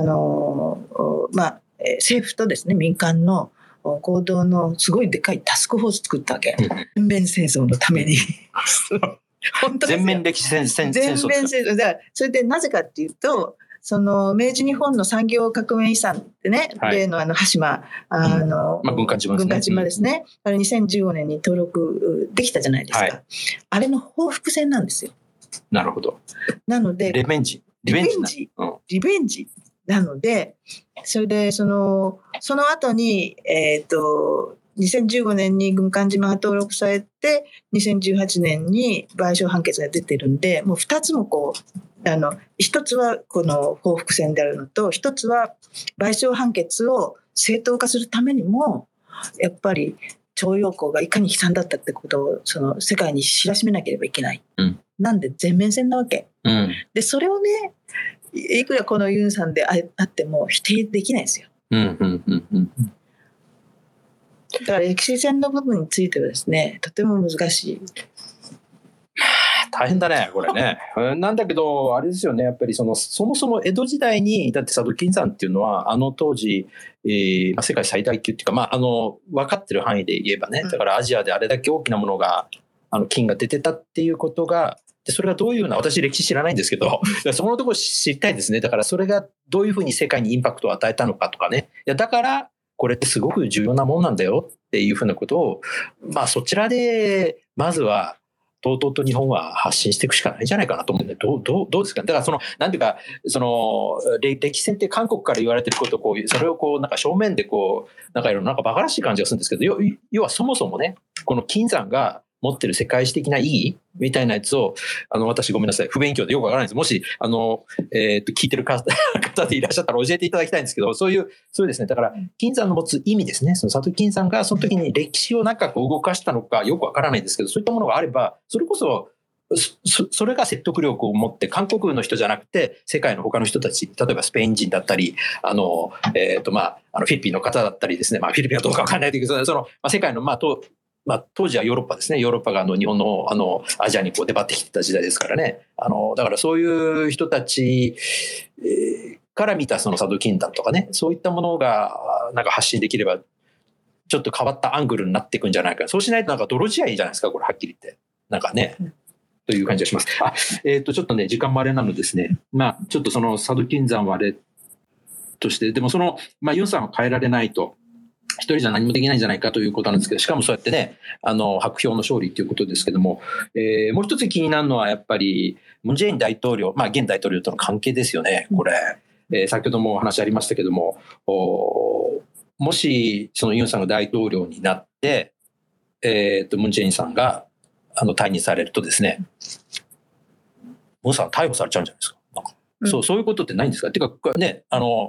[SPEAKER 1] 政府とですね民間の合同のすごいでかいタスクフォース作ったわけ、全面戦争のために。本当
[SPEAKER 4] 全面歴史戦争。
[SPEAKER 1] 全面戦争だから、それでなぜかっていうと、明治日本の産業革命遺産ってね、例の羽島
[SPEAKER 4] 軍艦島
[SPEAKER 1] ですね、あれ2015年に登録できたじゃないですか。あれの報復戦なんですよ。
[SPEAKER 4] なるほど。
[SPEAKER 1] なので
[SPEAKER 4] リベンジ
[SPEAKER 1] なので、それでその後に2015年に軍艦島が登録されて2018年に賠償判決が出てるんで、もう2つも一つはこの報復戦であるのと、一つは賠償判決を正当化するためにもやっぱり徴用工がいかに悲惨だったってことをその世界に知らしめなければいけない、なんで全面戦なわけ、でそれをね、いくらこのユンさんであっても否定できないですよ。だから歴史戦の部分についてはですね、とても難しい。
[SPEAKER 4] 大変だね、これね。なんだけど、あれですよね、やっぱりそもそも江戸時代に、だって佐渡金山っていうのは、当時、世界最大級っていうか、分かってる範囲で言えばね、だからアジアであれだけ大きなものが、金が出てたっていうことが、でそれがどういうような、私歴史知らないんですけど、そこのところ知りたいですね。だからそれがどういうふうに世界にインパクトを与えたのかとかね。だから、これってすごく重要なもんなんだよっていうふうなことを、そちらで、まずは、とうとうと日本は発信していくしかないんじゃないかなと思うんで、どうですかね。だからなんていうか、歴史戦って韓国から言われてることをそれをなんか正面でなんかなんか馬鹿らしい感じがするんですけど、要はそもそもね、この金山が持ってる世界史的な意義みたいなやつを、私ごめんなさい、不勉強でよくわからないです。もし、聞いてる方でいらっしゃったら教えていただきたいんですけど、そういうですね、だから、金山の持つ意味ですね、その佐渡金山がその時に歴史をなんか動かしたのかよくわからないんですけど、そういったものがあれば、それこそ、それが説得力を持って、韓国の人じゃなくて、世界の他の人たち、例えばスペイン人だったり、フィリピンの方だったりですね、フィリピンはどうかわからないけど、世界の、当時はヨーロッパですね。ヨーロッパが日本のアジアに出張ってきてた時代ですからね。だからそういう人たちから見たその佐渡金山とかね、そういったものがなんか発信できれば、ちょっと変わったアングルになっていくんじゃないか。そうしないとなんか泥仕合じゃないですか、これはっきり言って。なんかね。という感じがします。ちょっとね、時間もあれなのですね。ちょっとその佐渡金山はあれとして、でもユンさんは変えられないと。一人じゃ何もできないんじゃないかということなんですけど、しかもそうやってね、白票の勝利ということですけども、もう一つ気になるのはやっぱり、ムン・ジェイン大統領、現大統領との関係ですよね、これ。先ほどもお話ありましたけども、もし、そのユンさんが大統領になって、ムン・ジェインさんが、退任されるとですね、ムンさん逮捕されちゃうんじゃないですか。そういうことってないんですか。っていうか、ね、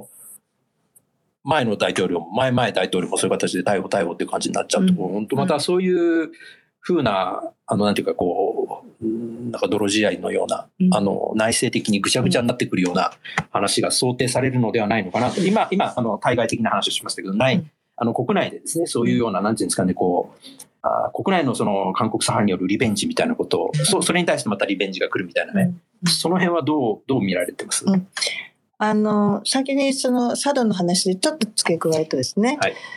[SPEAKER 4] 前大統領もそういう形で逮捕っていう感じになっちゃうと、本当またそういうふうな、なんていうかなんか泥仕合のような、内政的にぐちゃぐちゃになってくるような話が想定されるのではないのかなと。今、対外的な話をしましたけど、国内でですね、そういうような、なんていうんですかね、国内のその韓国左派によるリベンジみたいなことを、それに対してまたリベンジが来るみたいなね、その辺はどう見られてます？
[SPEAKER 1] 先にその佐渡の話でちょっと付け加えるとですね、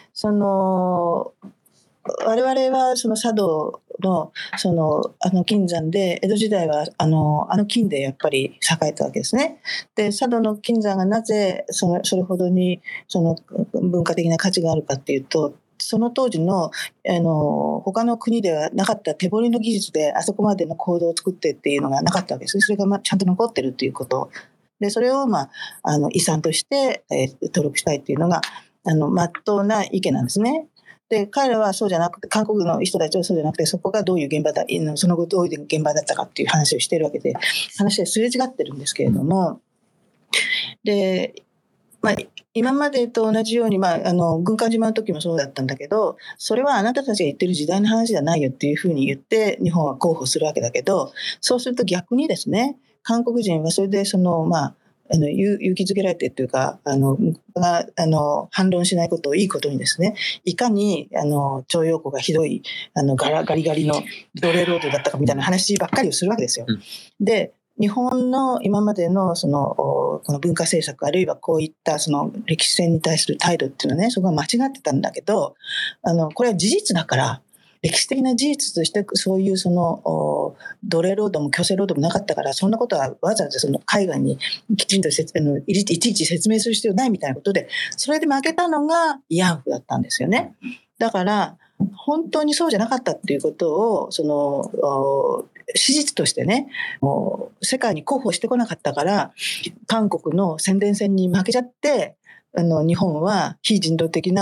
[SPEAKER 1] 我々はその佐渡の金山で江戸時代は金でやっぱり栄えたわけですね。で佐渡の金山がなぜそれほどに文化的な価値があるかっていうと、その当時の他の国ではなかった手彫りの技術であそこまでの行動を作ってっていうのがなかったわけです。それがちゃんと残ってるっていうことで、それを遺産として登録したいっていうのが真っ当な意見なんですね。で彼らはそうじゃなくて、韓国の人たちはそうじゃなくて、そこがどういう現場だ、その後どういう現場だったかっていう話をしているわけで、話ですれ違ってるんですけれども、で今までと同じように、軍艦島の時もそうだったんだけど、それはあなたたちが言ってる時代の話じゃないよっていうふうに言って日本は広報するわけだけど、そうすると逆にですね、韓国人はそれで勇気づけられてというか、反論しないことをいいことにですね、いかに徴用工がひどいガリガリの奴隷労働だったかみたいな話ばっかりをするわけですよ。で日本の今までのこの文化政策、あるいはこういった歴史戦に対する態度っていうのはね、そこは間違ってたんだけど、これは事実だから、歴史的な事実としてそういう奴隷労働も強制労働もなかったから、そんなことはわざわざ海外にきちんといちいち説明する必要ないみたいなことで、それで負けたのが慰安婦だったんですよね。だから本当にそうじゃなかったっていうことを史実としてね、もう世界に広報してこなかったから、韓国の宣伝戦に負けちゃって、日本は非人道的な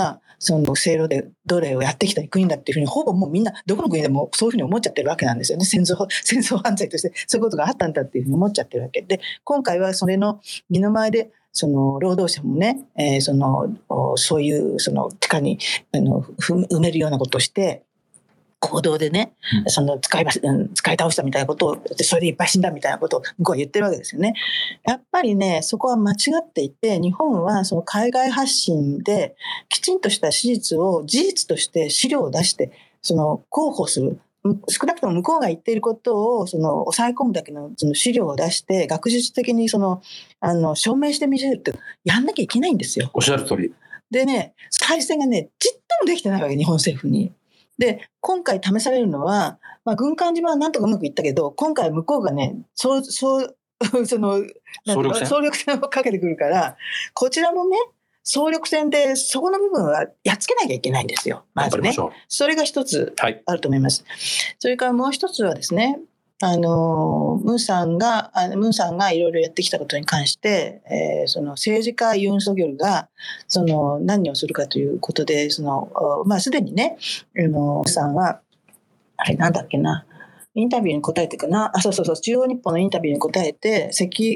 [SPEAKER 1] その制度で奴隷をやってきた国だっていうふうに、ほぼもうみんなどこの国でもそういうふうに思っちゃってるわけなんですよね。戦争犯罪としてそういうことがあったんだっていうふうに思っちゃってるわけで、今回はそれの目の前でその労働者もね、そういうその地下に埋めるようなことをして行動でね、その使い倒したみたいなことを、それでいっぱい死んだみたいなことを向こうは言ってるわけですよね。やっぱりね、そこは間違っていて、日本はその海外発信できちんとした事実として資料を出して、その広報する。少なくとも向こうが言っていることを抑え込むだけのその資料を出して学術的に証明してみせるってやんなきゃいけないんですよ。
[SPEAKER 4] おっしゃる通り。
[SPEAKER 1] でね、対戦がね、ちっともできてないわけ、日本政府に。で、今回試されるのは、軍艦島はなんとかうまくいったけど、今回向こうがね、総力戦をかけてくるから、こちらもね、総力戦でそこの部分はやっつけなきゃいけないんですよ。まずね。それが一つあると思います。それからもう一つはですね、ムンさんがいろいろやってきたことに関して、その政治家ユン・ソギョルが何をするかということで、すでにね、ムンさんはあれなんだっけな、インタビューに答えてかな、そう中央日報のインタビューに答えて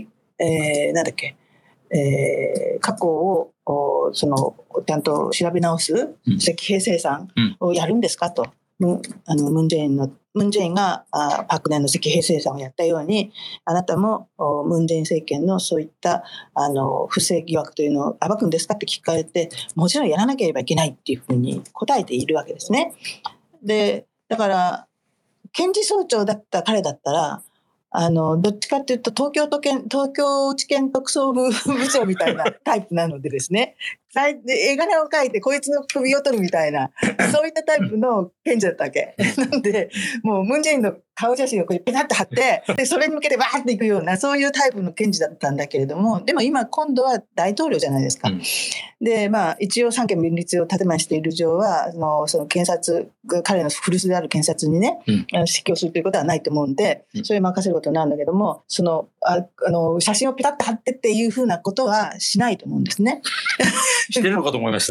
[SPEAKER 1] 過去をちゃんと調べ直す赤兵生産をやるんですかと。ムン・ジェインが昨年の赤兵生産をやったように、あなたもムン・ジェイン政権のそういった不正疑惑というのを暴くんですかって聞かれて、もちろんやらなければいけないっていうふうに答えているわけですね。で、だから検事総長だった彼だったら、どっちかというと東京地検特捜部部長みたいなタイプなのでですね、絵柄を描いてこいつの首を取るみたいな、そういったタイプの検事だったわけ。なんで、もうムンジェインの顔写真をこうペタッと貼って、で、それに向けてバーッといくような、そういうタイプの検事だったんだけれども、でも今度は大統領じゃないですか。で、一応三権分立を建前している以上は、その検察、彼の古巣である検察にね、指揮をするということはないと思うんで、それ任せることなんだけども、写真をペタッと貼ってっていうふうなことはしないと思うんですね。
[SPEAKER 4] してるのかと思いました。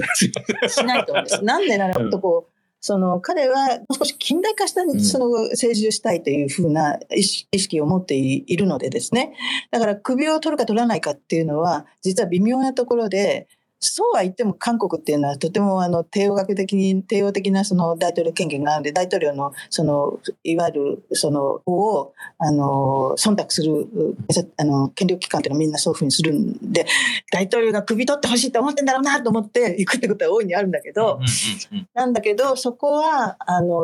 [SPEAKER 1] しないと思うんです。なんでならと彼はもう少し近代化した政治をしたいというふうな意識を持っているのでですね。だから首を取るか取らないかっていうのは実は微妙なところで、そうは言っても韓国っていうのはとても帝王的な大統領権限があるので、大統領のいわゆるを忖度する権力機関っていうのはみんなそういうふうにするんで、大統領が首取ってほしいと思ってんだろうなと思って行くってことは大いにあるんだけど、なんだけどそこは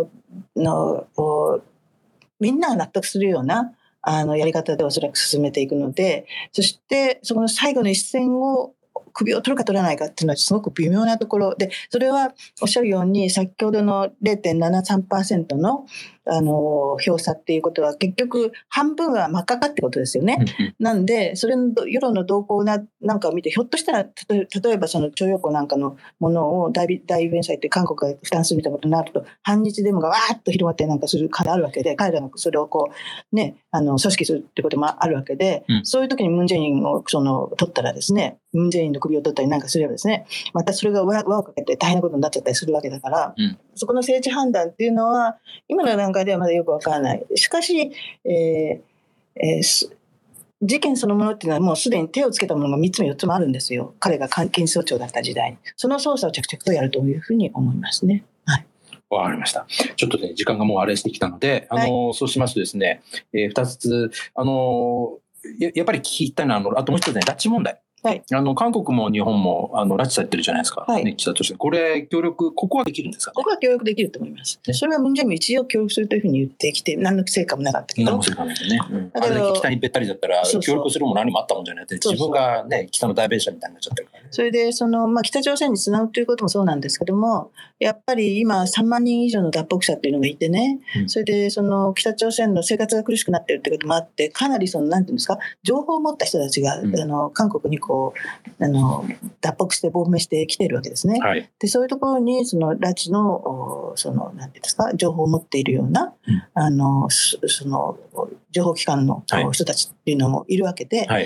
[SPEAKER 1] みんなが納得するようなやり方でおそらく進めていくので、そしてそこの最後の一線を首を取るか取らないかっていうのはすごく微妙なところで、それはおっしゃるように先ほどの 0.73% の票差っていうことは結局半分は真っ赤かってことですよね。なんでそれの世論の動向なんかを見て、ひょっとしたら例えば徴用工なんかのものを代弁済って韓国が負担するみたいなことになると、反日デモがわーっと広がってなんかするからあるわけで、彼らがそれを組織するってこともあるわけで、そういう時にムン・ジェインを取ったらですね、ムン・ジェインの首を取ったりなんかすればですね、またそれが輪をかけて大変なことになっちゃったりするわけだから、そこの政治判断っていうのは今の段階ではまだよくわからない。しかし、事件そのものっていうのはもうすでに手をつけたものが3つも4つもあるんですよ。彼が検事総長だった時代に。その捜査を着々とやるというふうに思いますね。はい。
[SPEAKER 4] わかりました。ちょっとね、時間がもうあれしてきたので、そうしますとですね、2つ、やっぱり聞きたいのは、あともう一つね、拉致問題。
[SPEAKER 1] はい、
[SPEAKER 4] 韓国も日本も拉致されてるじゃないですか、
[SPEAKER 1] はいね、
[SPEAKER 4] 北朝鮮。これ、ここはできるんですかね。
[SPEAKER 1] ここは協力できると思います。それは文在寅も一応協力するというふうに言ってきて、何の成果もなかったけど。
[SPEAKER 4] 何も成果もないですね。あれだけ北にべったりだったら、協力するも何もあったもんじゃなくて、自分がね、北の代弁者みたいになっちゃってるからね。
[SPEAKER 1] それで、北朝鮮につなぐということもそうなんですけども、やっぱり今3万人以上の脱北者っていうのがいてね、それで、北朝鮮の生活が苦しくなってるってこともあって、かなりなんていうんですか、情報を持った人たちが、韓国に脱北して亡命してきているわけですね。
[SPEAKER 4] はい、で
[SPEAKER 1] そういうところに拉致のなんていうんですか、情報を持っているような、情報機関の人たちっていうのもいるわけで、
[SPEAKER 4] はい、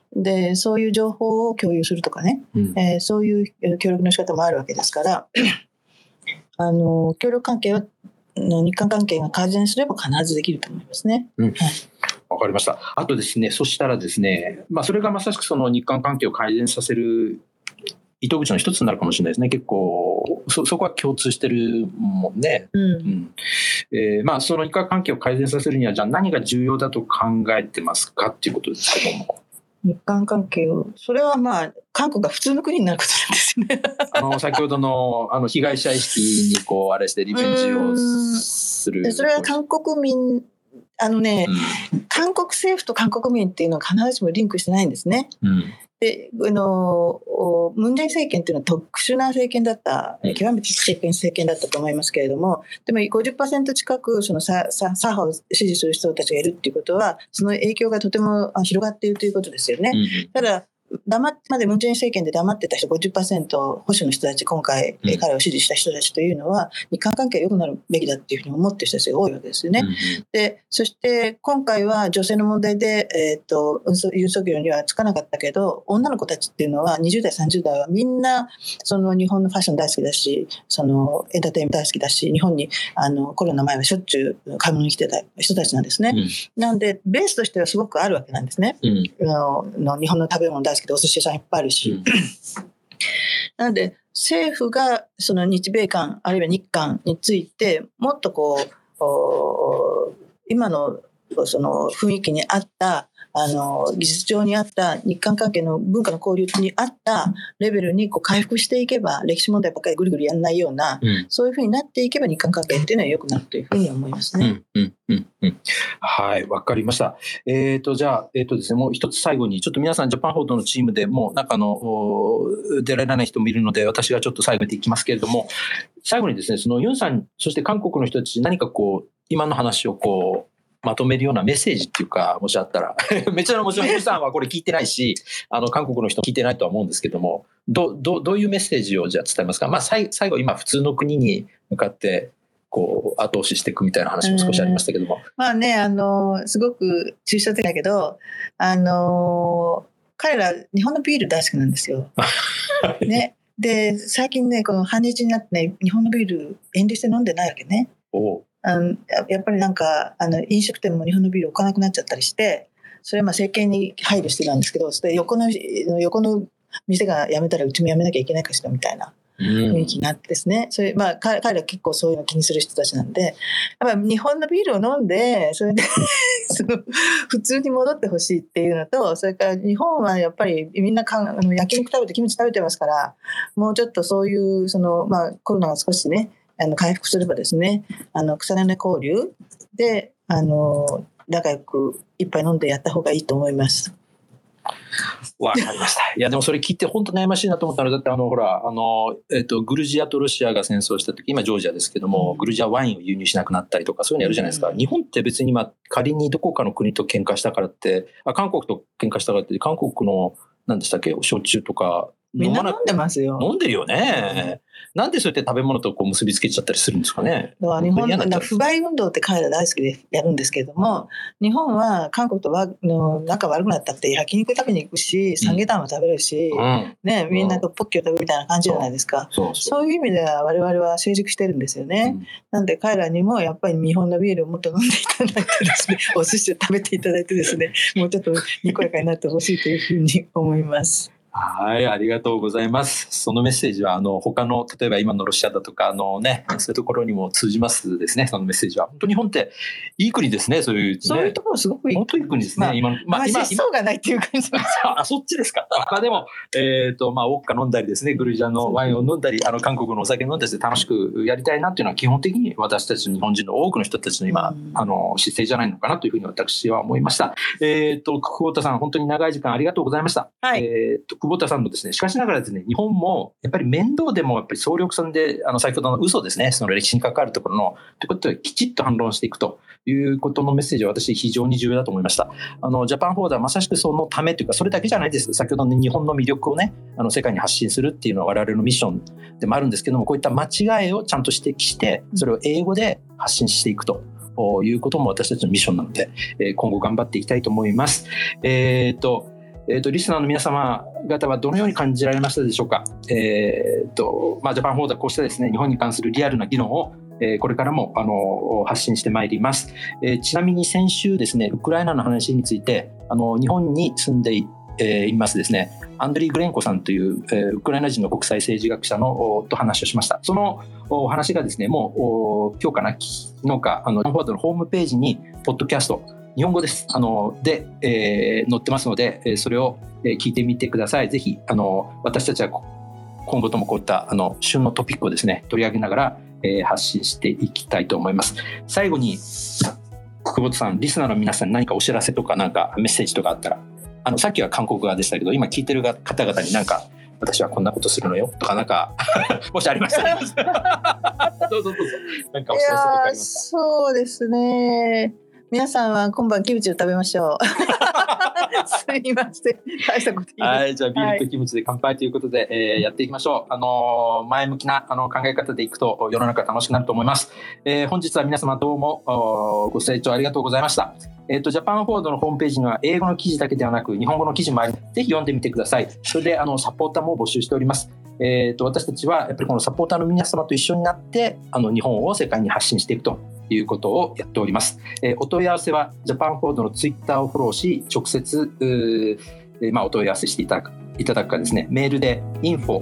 [SPEAKER 1] でそういう情報を共有するとかね、そういう協力の仕方もあるわけですから協力関係は日韓関係が改善すれば必ずできると思いますね。
[SPEAKER 4] わかりました。あとですね、そしたらですね、それがまさしくその日韓関係を改善させる糸口の一つになるかもしれないですね。結構そこは共通してるもんね。その日韓関係を改善させるにはじゃあ何が重要だと考えてますかっていうことですけども。
[SPEAKER 1] 日韓関係を、それは韓国が普通の国になることなんですね。
[SPEAKER 4] 先ほどの被害者意識にあれしてリベンジをする。
[SPEAKER 1] それは韓国民韓国政府と韓国民っていうのは必ずしもリンクしてないんですね。でムン・ジェイン政権っていうのは特殊な政権だった、極めて政権だったと思いますけれども、でも 50% 近くその左派を支持する人たちがいるっていうことは、その影響がとても広がっているということですよね。ただまでムン・ジェイン政権で黙ってた人 50% 保守の人たち、今回彼を支持した人たちというのは日韓関係が良くなるべきだっていうふうに思っている人たちが多いわけですよね。でそして今回は女性の問題で、ユン・ソギョルにはつかなかったけど、女の子たちっていうのは20代30代はみんなその日本のファッション大好きだし、そのエンターテインメント大好きだし、日本にコロナ前はしょっちゅう買い物に来てた人たちなんですね。なのでベースとしてはすごくあるわけなんですね。日本の食べ物大好きでお寿司屋さんいっぱいあるし、なので政府がその日米韓あるいは日韓についてもっと今のその雰囲気に合った技術上に合った日韓関係の文化の交流に合ったレベルに回復していけば、歴史問題ばっかりぐるぐるやらないような、そういうふうになっていけば日韓関係っていうのは良くなるというふうに思いますね。
[SPEAKER 4] はい、わかりました。じゃあ、ですね、もう一つ最後に、ちょっと皆さんジャパン報道のチームでもう出られない人もいるので、私がちょっと最後にいきますけれども、最後にですね、そのユンさん、そして韓国の人たち、何か今の話をまとめるようなメッセージっていうか、もしあったらもちろんユンさんはこれ聞いてないし、韓国の人聞いてないとは思うんですけども、どういうメッセージをじゃあ伝えますか。最後今普通の国に向かって後押ししていくみたいな話も少しありましたけども、
[SPEAKER 1] すごく抽象的だけど、彼ら日本のビール大好きなんですよ。ね、で最近ね、この反日になってね、日本のビール遠慮して飲んでないわけね。やっぱり飲食店も日本のビール置かなくなっちゃったりして、それは政権に配慮してたんですけど、それで横の店が辞めたらうちも辞めなきゃいけないかしらみたいな雰囲気になってですね、それ彼ら結構そういうの気にする人たちなんで、やっぱり日本のビールを飲んで、それで普通に戻ってほしいっていうのと、それから日本はやっぱりみんな焼肉食べてキムチ食べてますから、もうちょっとそういうコロナが少しね回復すればですね、腐らない交流で仲良く一杯飲んでやった方がいいと思います。
[SPEAKER 4] わかりました。いやでもそれ聞いて本当悩ましいなと思ったのだってグルジアとロシアが戦争した時、今ジョージアですけども、グルジアワインを輸入しなくなったりとかそういうのやるじゃないですか。日本って別に仮にどこかの国と喧嘩したからって韓国と喧嘩したからって韓国の何でしたっけ、焼酎とか
[SPEAKER 1] みんな飲んでますよ。
[SPEAKER 4] 飲んでるよね。なんでそうやって食べ物と結びつけちゃったりするんですかね。
[SPEAKER 1] だから日本の不買運動って彼ら大好きでやるんですけれども、日本は韓国と仲悪くなったって焼肉食べに行くし、サムゲタンも食べるし、みんなとポッキを食べるみたいな感じじゃないですか。そういう意味では我々は成熟してるんですよね。なんで彼らにもやっぱり日本のビールをもっと飲んでいただいてですね、お寿司を食べていただいてですね、もうちょっとにこやかになってほしいというふうに思います。
[SPEAKER 4] はい、ありがとうございます。そのメッセージは他の例えば今のロシアだとかそういうところにも通じますですね。そのメッセージは本当に日本っていい国ですね。そういう
[SPEAKER 1] ところすごくいい。
[SPEAKER 4] 本当にいい国ですね。
[SPEAKER 1] 今疾走がないっていう感じ。
[SPEAKER 4] そっちですか。でもウォッカ飲んだりですね、グルジアのワインを飲んだり韓国のお酒飲んだりして楽しくやりたいなっていうのは基本的に私たち日本人の多くの人たちの今姿勢じゃないのかなというふうに私は思いました。久保田さん本当に長い時間ありがとうございました。
[SPEAKER 1] はい。
[SPEAKER 4] 久保田さんのですね、しかしながらですね、日本もやっぱり面倒でもやっぱり総力戦で先ほどの嘘ですね、その歴史に関わるところのということできちっと反論していくということのメッセージは私非常に重要だと思いました。ジャパンフォーダーはまさしくそのためというか、それだけじゃないです。先ほどの日本の魅力をね世界に発信するっていうのは我々のミッションでもあるんですけども、こういった間違いをちゃんと指摘してそれを英語で発信していくということも私たちのミッションなので、今後頑張っていきたいと思います。 リスナーの皆様方はどのように感じられましたでしょうか。ジャパンフォードはこうしたですね、日本に関するリアルな議論をこれからも発信してまいります。ちなみに先週ですね、ウクライナの話について日本に住んでいますですね、アンドリー・グレンコさんというウクライナ人の国際政治学者のと話をしました。そのお話がですね、もう今日かな、昨日かジャパンフォードのホームページにポッドキャスト日本語ですで、載ってますので、それを聞いてみてください。ぜひ私たちは今後ともこういった旬のトピックをですね取り上げながら、発信していきたいと思います。最後に久保田さん、リスナーの皆さんに何かお知らせとかなんかメッセージとかあったら、さっきは韓国側でしたけど、今聞いてる方々になんか私はこんなことするのよとかなんかもしありましたらどうぞなんかお知らせとかありますか？
[SPEAKER 1] そうですね、皆さんは今晩キムチを食べましょうすいません、大したこと言いません。
[SPEAKER 4] はい、じゃあビールとキムチで乾杯ということで、やっていきましょう。前向きな考え方でいくと世の中楽しくなると思います。本日は皆様どうもご清聴ありがとうございました。ジャパンフォードのホームページには英語の記事だけではなく日本語の記事もあり、ぜひ読んでみてください。それでサポーターも募集しております。私たちはやっぱりこのサポーターの皆様と一緒になって日本を世界に発信していくということをやっております。お問い合わせはジャパンフォードのツイッターをフォローし、直接お問い合わせしていただくかですね、メールで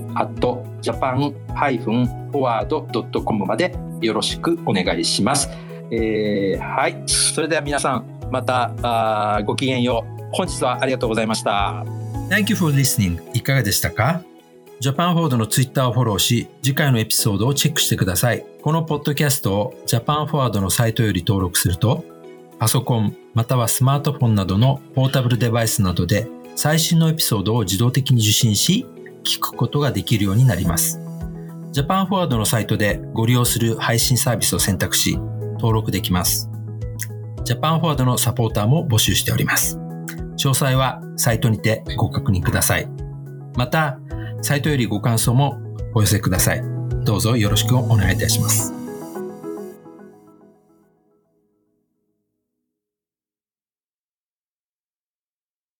[SPEAKER 4] info@japan-forward.com までよろしくお願いします。はい、それでは皆さんまたごきげんよう。本日はありがとうございました。
[SPEAKER 2] Thank you for listening. いかがでしたか？ジャパンフォードのツイッターをフォローし、次回のエピソードをチェックしてください。このポッドキャストをジャパンフォワードのサイトより登録すると、パソコンまたはスマートフォンなどのポータブルデバイスなどで最新のエピソードを自動的に受信し、聞くことができるようになります。ジャパンフォワードのサイトでご利用する配信サービスを選択し、登録できます。ジャパンフォワードのサポーターも募集しております。詳細はサイトにてご確認ください。また、サイトよりご感想もお寄せください。どうぞよろしくお願いいたします。